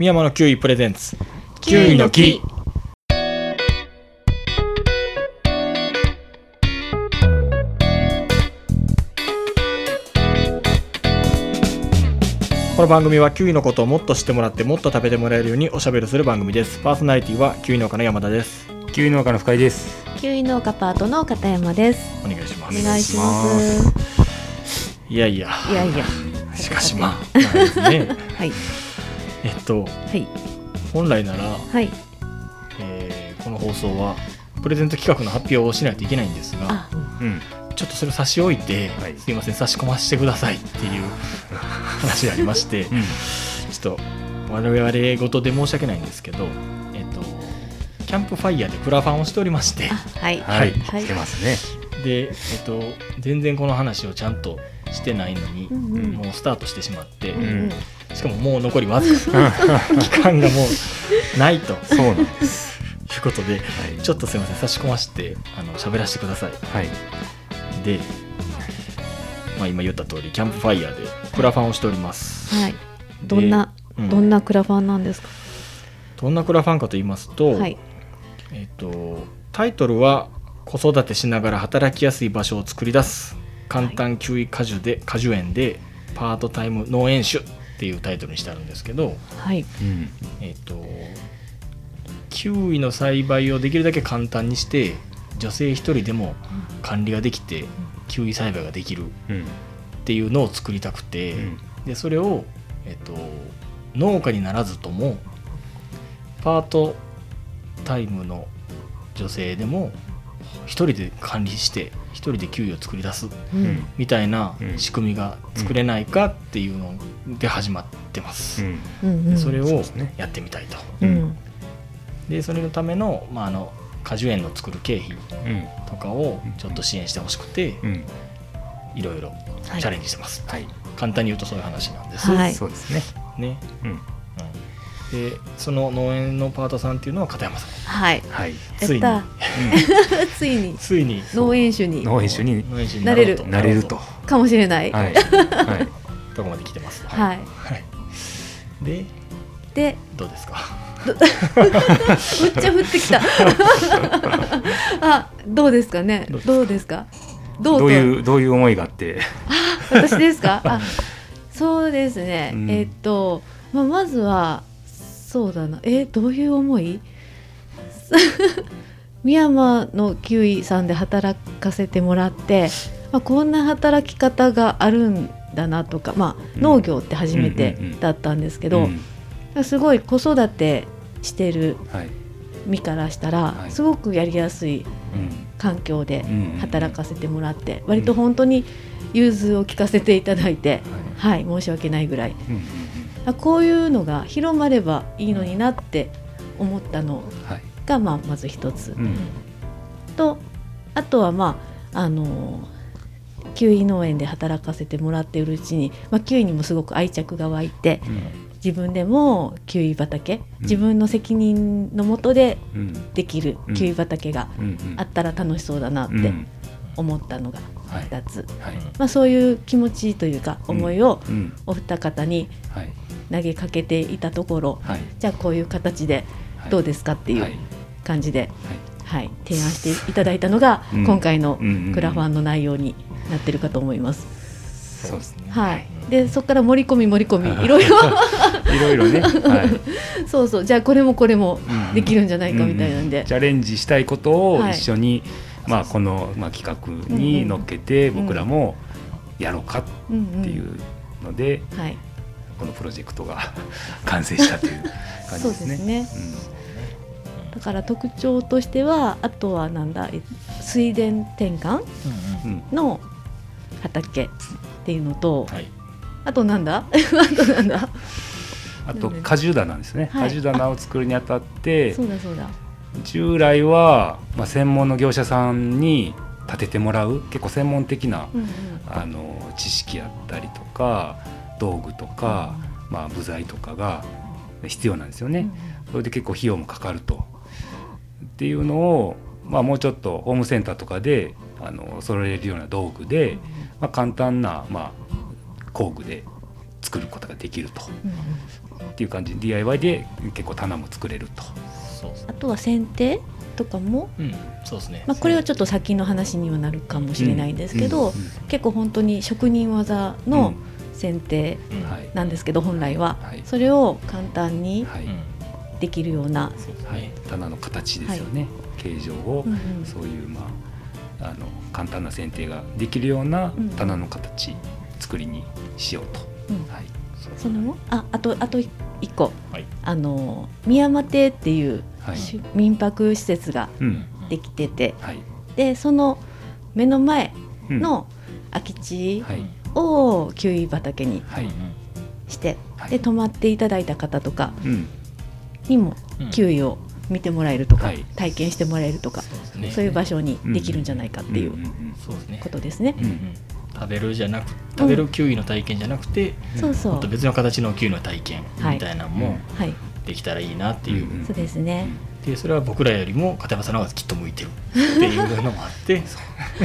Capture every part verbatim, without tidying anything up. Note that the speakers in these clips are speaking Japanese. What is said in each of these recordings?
宮山のキウイプレゼンツキウイの木。 この番組はキウイのことをもっと知ってもらってもっと食べてもらえるようにおしゃべりする番組です。パーソナリティはキウイ農家の山田です。 キウイ農家の深井です。 キウイ農家パートの片山です。 お願いします。 お願いします。 いやいやいやいやしかしまあなんですねはいえっと、 はい、 本来なら、 はいえー、この放送はプレゼント企画の発表をしないといけないんですが、 うん、 ちょっとそれを差し置いて、はい、すいません差し込ませてくださいっていう話がありまして、うん、ちょっと我々事で申し訳ないんですけど、えっと、キャンプファイヤーでクラファンをしておりまして、 はいはい、はい、してますね。 で、えっと、全然この話をちゃんとしてないのに、 うんうん、 もうスタートしてしまって、 うんうん、 しかももう残りわずか期間がもうないとそうなんですいうことで、はい、ちょっとすいません差し込ませてあの喋らせてください。 はい、 で、まあ、今言った通りキャンプファイヤーでクラファンをしております。 はい、どんな、うん、どんなクラファンなんですか？ どんなクラファンかと言いますと、 はい、 えーと、タイトルは子育てしながら働きやすい場所を作り出す簡単キウイ果樹で果樹園でパートタイム農園主っていうタイトルにしてあるんですけど、 はい、 えーと、キウイの栽培をできるだけ簡単にして女性一人でも管理ができてキウイ栽培ができるっていうのを作りたくて、でそれを、えーと、農家にならずともパートタイムの女性でも一人で管理して一人でキウイを作り出すみたいな仕組みが作れないかっていうので始まってます、うん、でそれをやってみたいと、うん、でそれのための、まあ、あの果樹園の作る経費とかをちょっと支援してほしくて、うん、いろいろチャレンジしてます、はい、簡単に言うとそういう話なんです、 はい、そうですね、 ね、うんうん、でその農園のパートさんっていうのは片山さん、 はい、 はい、ついについについに農園主に農園主になれるなれるとかもしれない、 はいはい、 とこまで来てます、 はいはい、ででどうですか？ めっちゃ降ってきたあ、どうですかね、どうですか、 どうどういうどういう思いがあってあ、私ですか？あ、そうですね、うん、えー、っと、まあ、まずはそうだな、えー、どういう思い宮山のキウイさんで働かせてもらって、まあ、こんな働き方があるんだなとか、まあ、農業って初めてだったんですけど、うんうんうん、すごい子育てしてる身からしたら、はい、すごくやりやすい環境で働かせてもらって、うん、割と本当に融通を聞かせていただいて、はい、はい、申し訳ないぐらい、うんうん、こういうのが広まればいいのになって思ったのが、まあ、まず一つ、うん、とあとは、まあ、あのキウイ農園で働かせてもらっているうちに、まあ、キウイにもすごく愛着が湧いて、うん、自分でもキウイ畑、うん、自分の責任のもとでできるキウイ畑があったら楽しそうだなって思ったのがふたつ、はいはい、まあ、そういう気持ちというか思いをお二方に投げかけていたところ、はい、じゃあこういう形でどうですかっていう感じで、はいはい、提案していただいたのが、うん、今回のクラファンの内容になってるかと思います。 そうですね、 はい、でそこから盛り込み盛り込みいろいろいろいろね、はい、 そうそう、じゃあこれもこれもできるんじゃないかみたいなんで、 うんうん、チャレンジしたいことを一緒に、はい、まあ、この、まあ、企画に乗っけて僕らもやろうかっていうので、うんうん、はい、このプロジェクトが完成したという感じですね。 そうですね、うん、だから特徴としてはあとはなんだ水田転換の畑っていうのと、はい、あとなんだあとなんだあと果樹棚ですね、はい、果樹棚を作るにあたってそうだそうだ従来は、まあ、専門の業者さんに建ててもらう結構専門的な、うんうん、あの知識やったりとか道具とか、うん、まあ、部材とかが必要なんですよね、うんうん、それで結構費用もかかるとっていうのを、まあ、もうちょっとホームセンターとかであの揃えれるような道具で、まあ、簡単な、まあ、工具で作ることができると、 うんっていう感じで ディーアイワイ で結構棚も作れると。 そうですね。 あとは剪定とかも、 うんそうですね。 まあ、これはちょっと先の話にはなるかもしれないんですけど、 うん結構本当に職人技の剪定うんはいなんですけど、本来ははいそれを簡単にはいうんできるような、 そうですはいね。 棚の形ですよね、形状を、 うんうんそういう、まあ、あの簡単な剪定ができるようなうん棚の形作りにしようと、 うんはいそのああとあと一個、 はい。 あの宮山邸っていうはいし民泊施設がうんできてて、 はいでその目の前うんの空き地はいをキウイ畑にはいして、 はいで泊まっていただいた方とかうんにもうんキウイを見てもらえるとか、 はい体験してもらえるとか、 そうですね。 そういう場所にできるんじゃないかっていううんうんうんそうですね。 ことですね。 うんうん食べるじゃなく食べるキウイの体験じゃなくて、 そうそうもっと別の形のキウイの体験みたいなのもはい、 できたらいいなっていう、 うんうんそうですね。 でそれは僕らよりも片山さんの方がきっと向いてるっていうのもあってそう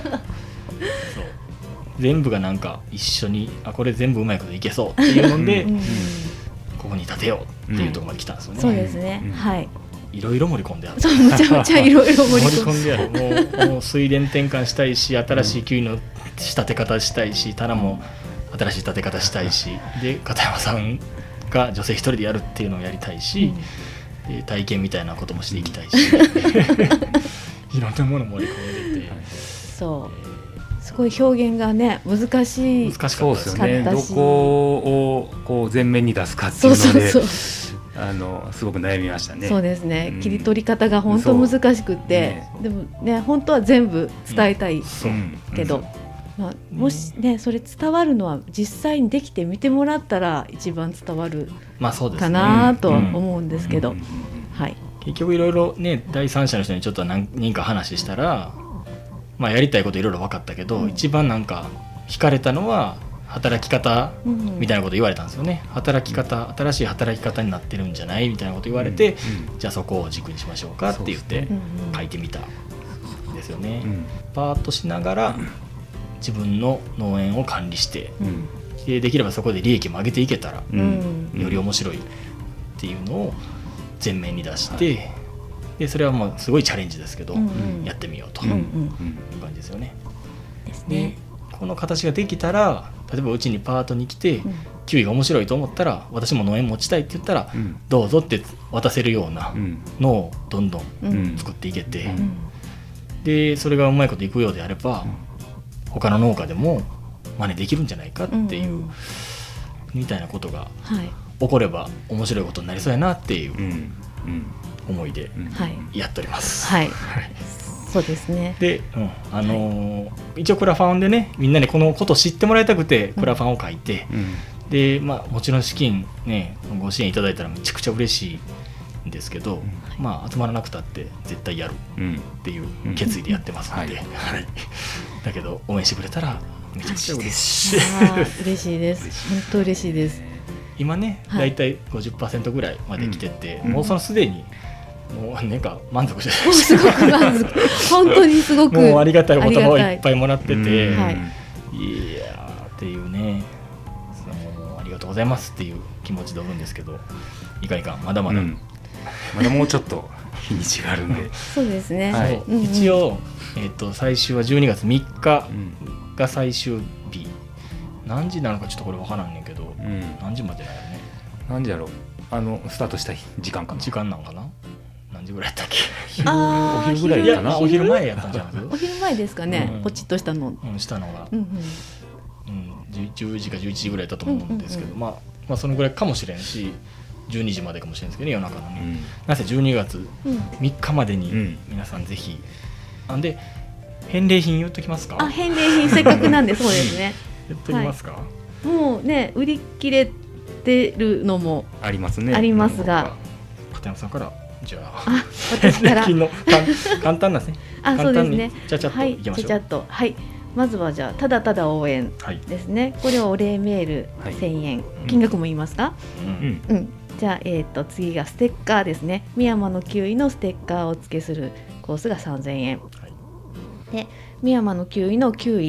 全部がなんか一緒にあこれ全部うまいこといけそうっていうので、 うんここに立てようっていうところまで来たんですよね、 そうですね。 うんはい。 いろいろ盛り込んであるそうむちゃむちゃいろいろ盛り込む。 盛り込んであるもうもう水田転換したいし新しいキウイの仕立て方したいし棚も新しい立て方したいしで片山さんが女性一人でやるっていうのをやりたいし、で体験みたいなこともしていきたいしいろんなもの盛り込んでてそうすごい表現がね難しい。 難しかったそうでねですすよね。ど難しいこをこう前面に出すかっていそううそうので、 そう。 あのすごく悩みましたね。 そうですね、 うん切り取り方が本当難しくて、 ねでもね本当は全部伝えたいうんけど、まあ、もしねそれ伝わるのは実際にできて見てもらったら一番伝わるまあそうですねかなとはうん思うんですけど、 うんうんうんはい、 結局いろいろね第三者の人にちょっと何人か話したら、まあ、やりたいこといろいろ分かったけど、 うん一番なんか惹かれたのは働き方うんみたいなこと言われたんですよね。働き方新しい働き方になってるんじゃないみたいなこと言われて、 うんじゃあそこを軸にしましょうかって言ってうんうん書いてみたんですよね。 うんパートしながら自分の農園を管理してうんでできればそこで利益も上げていけたらうんより面白いっていうのを前面に出して、でそれはもうすごいチャレンジですけど、 うんうんやってみようといううんうん感じですよね。 ですでね。 この形ができたら例えばうちにパートに来て、 うんキウイが面白いと思ったら私も農園持ちたいって言ったら、 うんどうぞって渡せるようなうんのをどんどんうん作っていけて、 うんでそれがうまいこといくようであれば、他の農家でも真似できるんじゃないかっていう、 うんうんみたいなことがはい起これば面白いことになりそうやなっていううんうん思いでうんはいやっております。 はいそうですね。 で、うんあのー一応クラファンでねみんなにこのことを知ってもらいたくてクラファンを書いて、 うんでまあもちろん資金ねご支援いただいたらめちゃくちゃ嬉しいんですけど、まあ集まらなくたって絶対やるうんっていう決意でやってますので、 うんはいはいだけど応援してくれたらめちゃくちゃ嬉しいあー嬉しいです。本当嬉しいです。 今ね、 はいだいたい ごじゅっパーセント ぐらいまで来てて、 うんもうそのすでにもうなんか満足してもうすごく満足。本当にすごくもうありがたいお言葉をありがたいいっぱいもらってて、 うんはいいやーっていうねそのもうありがとうございますっていう気持ちでおるんですけどいかんいかんまだまだ、 うんまだもうちょっと日にちがあるんで、 そうですね。 はいそううんうん一応、えー、と最終はじゅうにがつみっかうんが最終日何時なのかちょっとこれ分からんねんけど、 うん、 何時までなのねなんじゃろうあのスタートした時間かな時間なんかな何時ぐらいやったっけ昼あーお昼ぐらいいやかなお昼前やったんじゃんお昼前ですかね、 うんポチッとしたの。 うんしたのがうんうんうん、じゅうじかじゅういちじぐらいだったと思うんですけど、 うんうんまあ、まあそのぐらいかもしれんしじゅうにじまでかもしれんですけどね夜中のね、 うんなぜじゅうにがつうんみっかまでにうん皆さんぜひ、あんで返礼品言っときますかあ、返礼品せっかくなんでそうですね。 言っときますか、 もうね売り切れてるのもありますねありますが、 片山さんからじゃああ、私から返礼品のかん簡単なですねあ、そうですね。 ちゃちゃっとはいい、 きましょうちゃちゃっとはい。まずはじゃあただただ応援はい、 ですね。これはお礼メールはいせんえん、 ん金額も言いますか？ うんうんうん。じゃあえっ、と次がステッカーですね。深山のキウイのステッカーをお付けするコースがさんぜんえん。 はいで深山のキウイのキウイ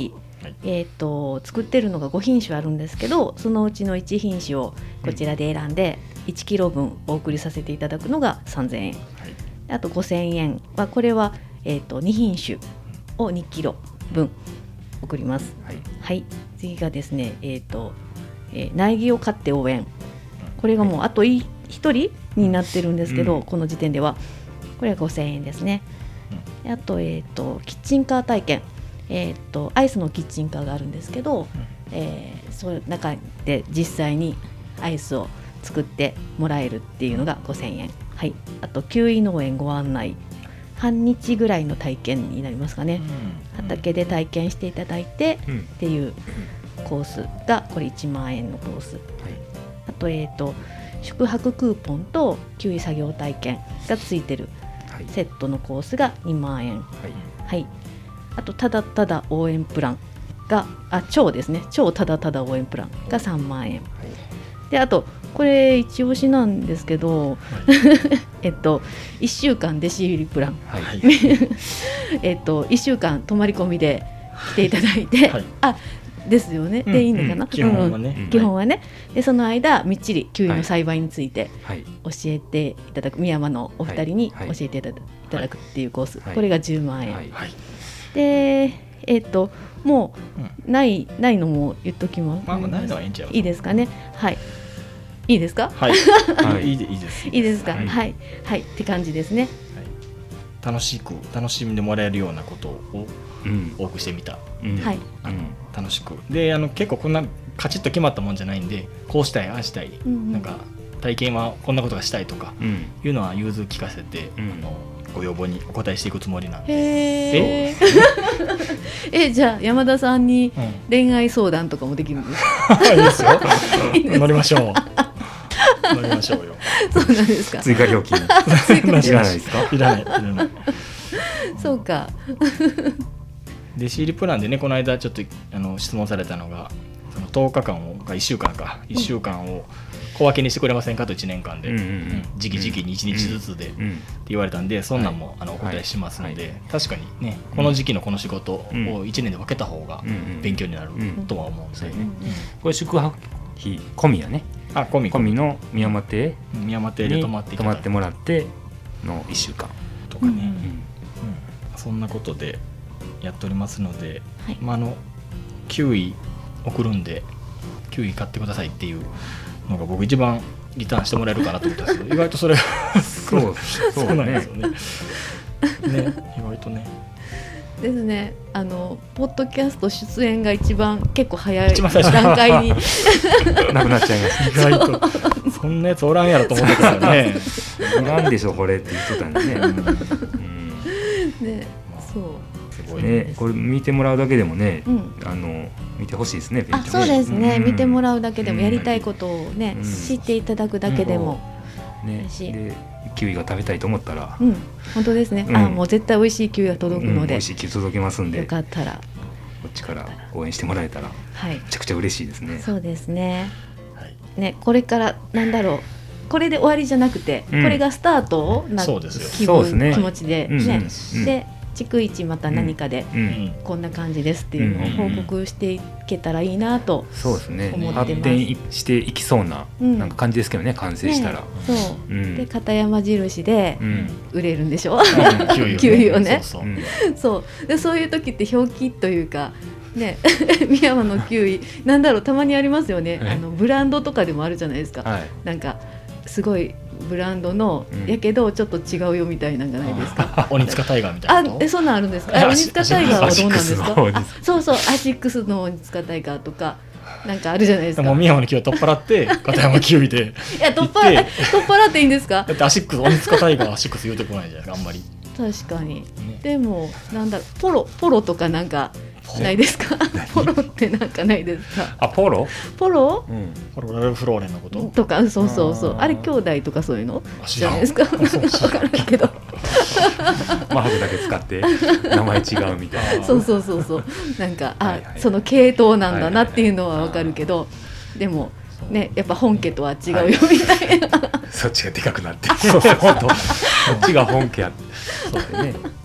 はい、えー、と作ってるのがご品種あるんですけど、そのうちのいち品種をこちらで選んでいちキロぶんお送りさせていただくのがさんぜんえん、はい、あとごせんえんはこれは、えー、とに品種をにキロぶん送ります、はいはい、次がですね、えーとえー、苗木を買って応援、これがもうあとひとりになってるんですけど、うん、この時点ではこれはごせんえんですね。あと、えーと、キッチンカー体験、えーと、アイスのキッチンカーがあるんですけど、えー、その中で実際にアイスを作ってもらえるっていうのがごせんえん、はい、あとキウイ農園ご案内、半日ぐらいの体験になりますかね、うん、畑で体験していただいて、うん、っていうコースがこれいちまんえんのコース、はい、あと、えーと、宿泊クーポンとキウイ作業体験がついてるセットのコースがにまんえん、はいはい、あとただただ応援プランがあ超ですね超ただただ応援プランがさんまんえん、はい、であとこれ一押しなんですけど、はい、えっといっしゅうかん弟子入りプラン、はい、えっといっしゅうかん泊まり込みで来ていただいて、はい、あですよね、うん、でいいのかな、うん、基本はね、うん、基本はね、でその間みっちりキウイの栽培について教えていただく、宮山のお二人に教えていただくっていうコース、はい、これがじゅうまんえん、はいはい、でえっともうない、うん、ないのも言っときます、 まあ、まあないのはいいんちゃう、 いいですかね、はいいいですか、 はい、はい、いいでいいですいいですか、はいはい、はい、って感じですね、はい、 楽しく楽しんでもらえるようなことを多くしてみた、うん、はい、あの楽しくであの結構こんなカチッと決まったもんじゃないんで、こうしたいああしたい、うんうん、なんか体験はこんなことがしたいとかいうのは融通聞かせて、うん、あのご要望にお答えしていくつもりなんで。 へーえじゃあ山田さんに恋愛相談とかもできるんですか、 うん、いいですよ乗りましょう乗りましょうよ。 そうなんですか。 追加料金いらないですか。 いらないいらないそうか弟子入りプランでね、この間ちょっとあの質問されたのが、そのとおかかんをいっしゅうかんかいっしゅうかんを小分けにしてくれませんかといちねんかんで、うんうんうん、時期時期にいちにちずつで、うんうん、って言われたんで、そんなんも、はい、あのお答えしますので、はい、確かにねこの時期のこの仕事をいちねんで分けた方が勉強になるとは思うんで、うんうんうん、 これ宿泊費込みやね、 あ込み込みの宮山邸宮山邸で泊まって泊まってもらってのいっしゅうかんとかね、うんうんうん、そんなことでやっておりますので、はい、まあ、あのキウイ送るんでキウイ買ってくださいっていうのが僕一番リターンしてもらえるかなと思ったんですけど意外とそれがそう少ないですよね。ね、意外とねですね、あのポッドキャスト出演が一番結構早い段階になくなっちゃいます。 意外とそんなやつおらんやろと思ってたよね。 いらんでしょこれって言ってたんでね。うん、 ね、そうすごいね。これ見てもらうだけでもね、うん、あの見てほしいですね。 あ、そうですね、うん、見てもらうだけでも、やりたいことをね、うん、知っていただくだけでも、 うん、ね、でキウイが食べたいと思ったら、 うん、本当ですね、うん、あもう絶対美味しいキウイが届くので、うん、美味しいキウイ届けますんで、 よかったらこっちから応援してもらえたら、はい、めちゃくちゃ嬉しいですね。 そうですね、はい、ね、これからなんだろう、これで終わりじゃなくて、うん、これがスタートな気分、ね、気持ちで、ね、うん、で逐一また何かでこんな感じですっていうのを報告していけたらいいなと思ってます。 そうですね、発展していきそうな、なんか感じですけどね、完成したら、ね、 そう、うん、で片山印で売れるんでしょ、うん、キウイをね、そうそうそうで、そういう時って表記というかね、宮山のキウイなんだろう、たまにありますよね、あのブランドとかでもあるじゃないですか、はい、なんかすごいブランドの、うん、やけどちょっと違うよみたいなんじゃないですか。 鬼塚タイガーみたいなこと。 あ、え、そんなんあるんですか。鬼塚タイガーはどうなんですか。あ、そうそう、アシックスの鬼塚タイガーとかなんかあるじゃないですか。 もう宮山のキウイを取っ払って片山キウイでいや取っ払取っ払っていいんですか。 だってアシックス鬼塚タイガーはアシックス言うてこないじゃないですか、あんまり。 確かに、ね、でもなんだポロポロとかなんかないですか。ポロってなんかないですか。 あ、ポロポロ、 うん、ポロラルフローレンのこととか、そうそうそう、 あ, あれ兄弟とかそういうのじゃないですか。分からないけどマハブだけ使って名前違うみたいな。 そうそうそうそう、なんかあ、はいはい、その系統なんだなっていうのは分かるけど、はいはいはい、でもね、やっぱ本家とは違うよみたいな、はい、 そっちがでかくなってそうそう、本当そっちが本家やってそうでね、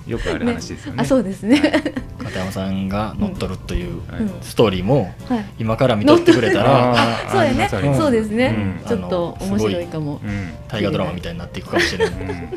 よくある話ですよね。 あ、そうですね。 片山さんが乗っ取るといううんストーリーもはい。 今から見とってくれたら、 あーそうやね。 ありますありますそうですねうん。 ちょっと面白いかもうん大河ドラマみたいになっていくかもしれない。 うん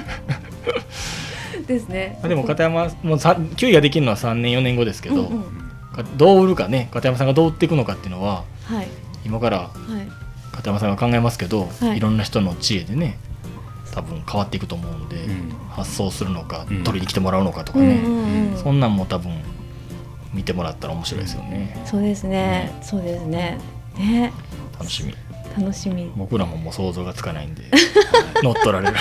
ですね。 まあでも片山もうさきゅういができるのはさんねんよねんごですけど、 うんうんかどう売るかね、片山さんがどう売っていくのかっていうのははい今からはい。 片山さんが考えますけど、 はいいろんな人の知恵でね多分変わっていくと思うんで、 うん発送するのか、 うん取りに来てもらうのかとかうんね、 うんうん。 そんなんも多分見てもらったら面白いですよね。 そうですね。そうですね。ね。 楽しみ。 楽しみ。 僕らももう想像がつかないんで乗っ取られる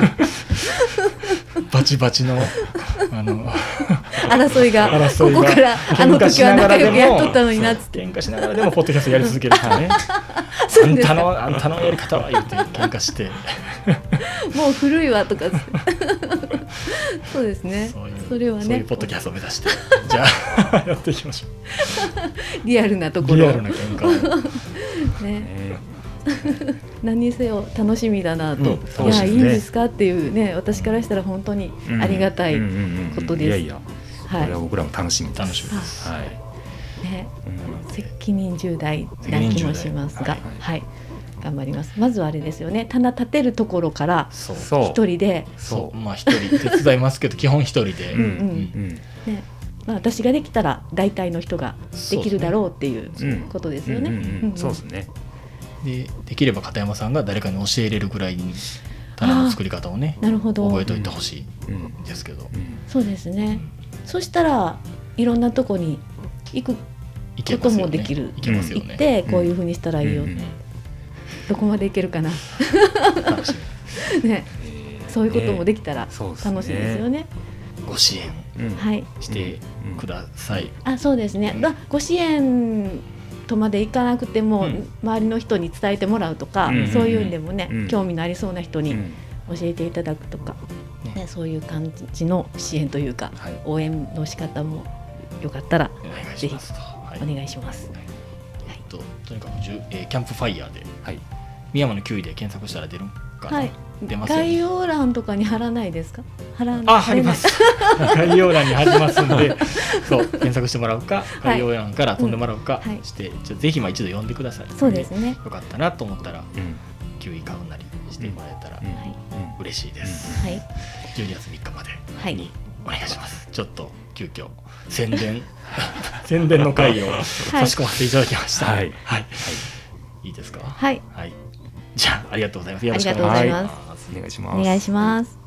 バチバチのあの争いが争いがここからあの時は仲良くやっとったのになっつって。 喧嘩しながらでもポッドキャストやり続けるからねそうですかあんたのあんたのやり方は言って喧嘩してもう古いわとかっつってそうですね。 そういうそれはねそういうポッドキャストを目指してじゃあやっていきましょリアルなとうころリアルな喧嘩をね。 ね何にせよ楽しみだなと、 うんそうですねいやいいんですかっていうね、私からしたら本当にありがたい、 うんうんうんうんことですいやいや、こはいれは僕らも楽しみです。 楽しみですはい。 ね、 うん責任重大な気もしますが、 責はい、はい、頑張ります。まずはあれですよね、棚立てるところからそうそう一人で、 そうまあ一人手伝いますけど基本一人で、 うんうんうんね、まあ、私ができたら大体の人ができるだろうっていううんことですよね。 うんうんうんんんそうですね。 でできれば片山さんが誰かに教えれるぐらいに棚の作り方をねなるほど、 覚えておいてほしいうんんですけど、 うんそうですね。そしたらいろんなとこに行くいけますよねこともできるいけますよね、 行ってこういうふうにしたらいいよ、 うんうんどこまで行けるかな楽しね、 えーそういうこともできたらそうですね楽しいですよね。 みご支援うんはい、 してください、 あ、そうですね。まあご支援とまでいかなくても、 うん周りの人に伝えてもらうとか、 うんそういうんでもね、 うん興味のありそうな人にうん教えていただくとか、 ねね、そういう感じの支援というか、 はい応援の仕方もよかったらお願いしますと、はいお願いします。 えっととにかくじゅ、えーキャンプファイヤーではい。 宮山のきゅういで検索したら出るんかな、 はい、 出ますよね概要欄とかに貼らないですか？貼らあ、貼ります。概要欄に貼りますんで、そう検索してもらうか、 はい概要欄から飛んでもらうかうんはいして、じゃあぜひまあ一度読んでください。 そうですね。 よかったなと思ったら、 うんきゅうい買うなりしてもらえたらうんはいうん嬉しいです。 はいじゅうにがつみっかまではいにお願いします。ちょっと急遽宣伝宣伝の会を差し込ませていただきました。 はいはい。はいいいですか。 はい、 はい。じゃあありがとうございます。よろしくありがとうございますます。 お願いします。 お願いします。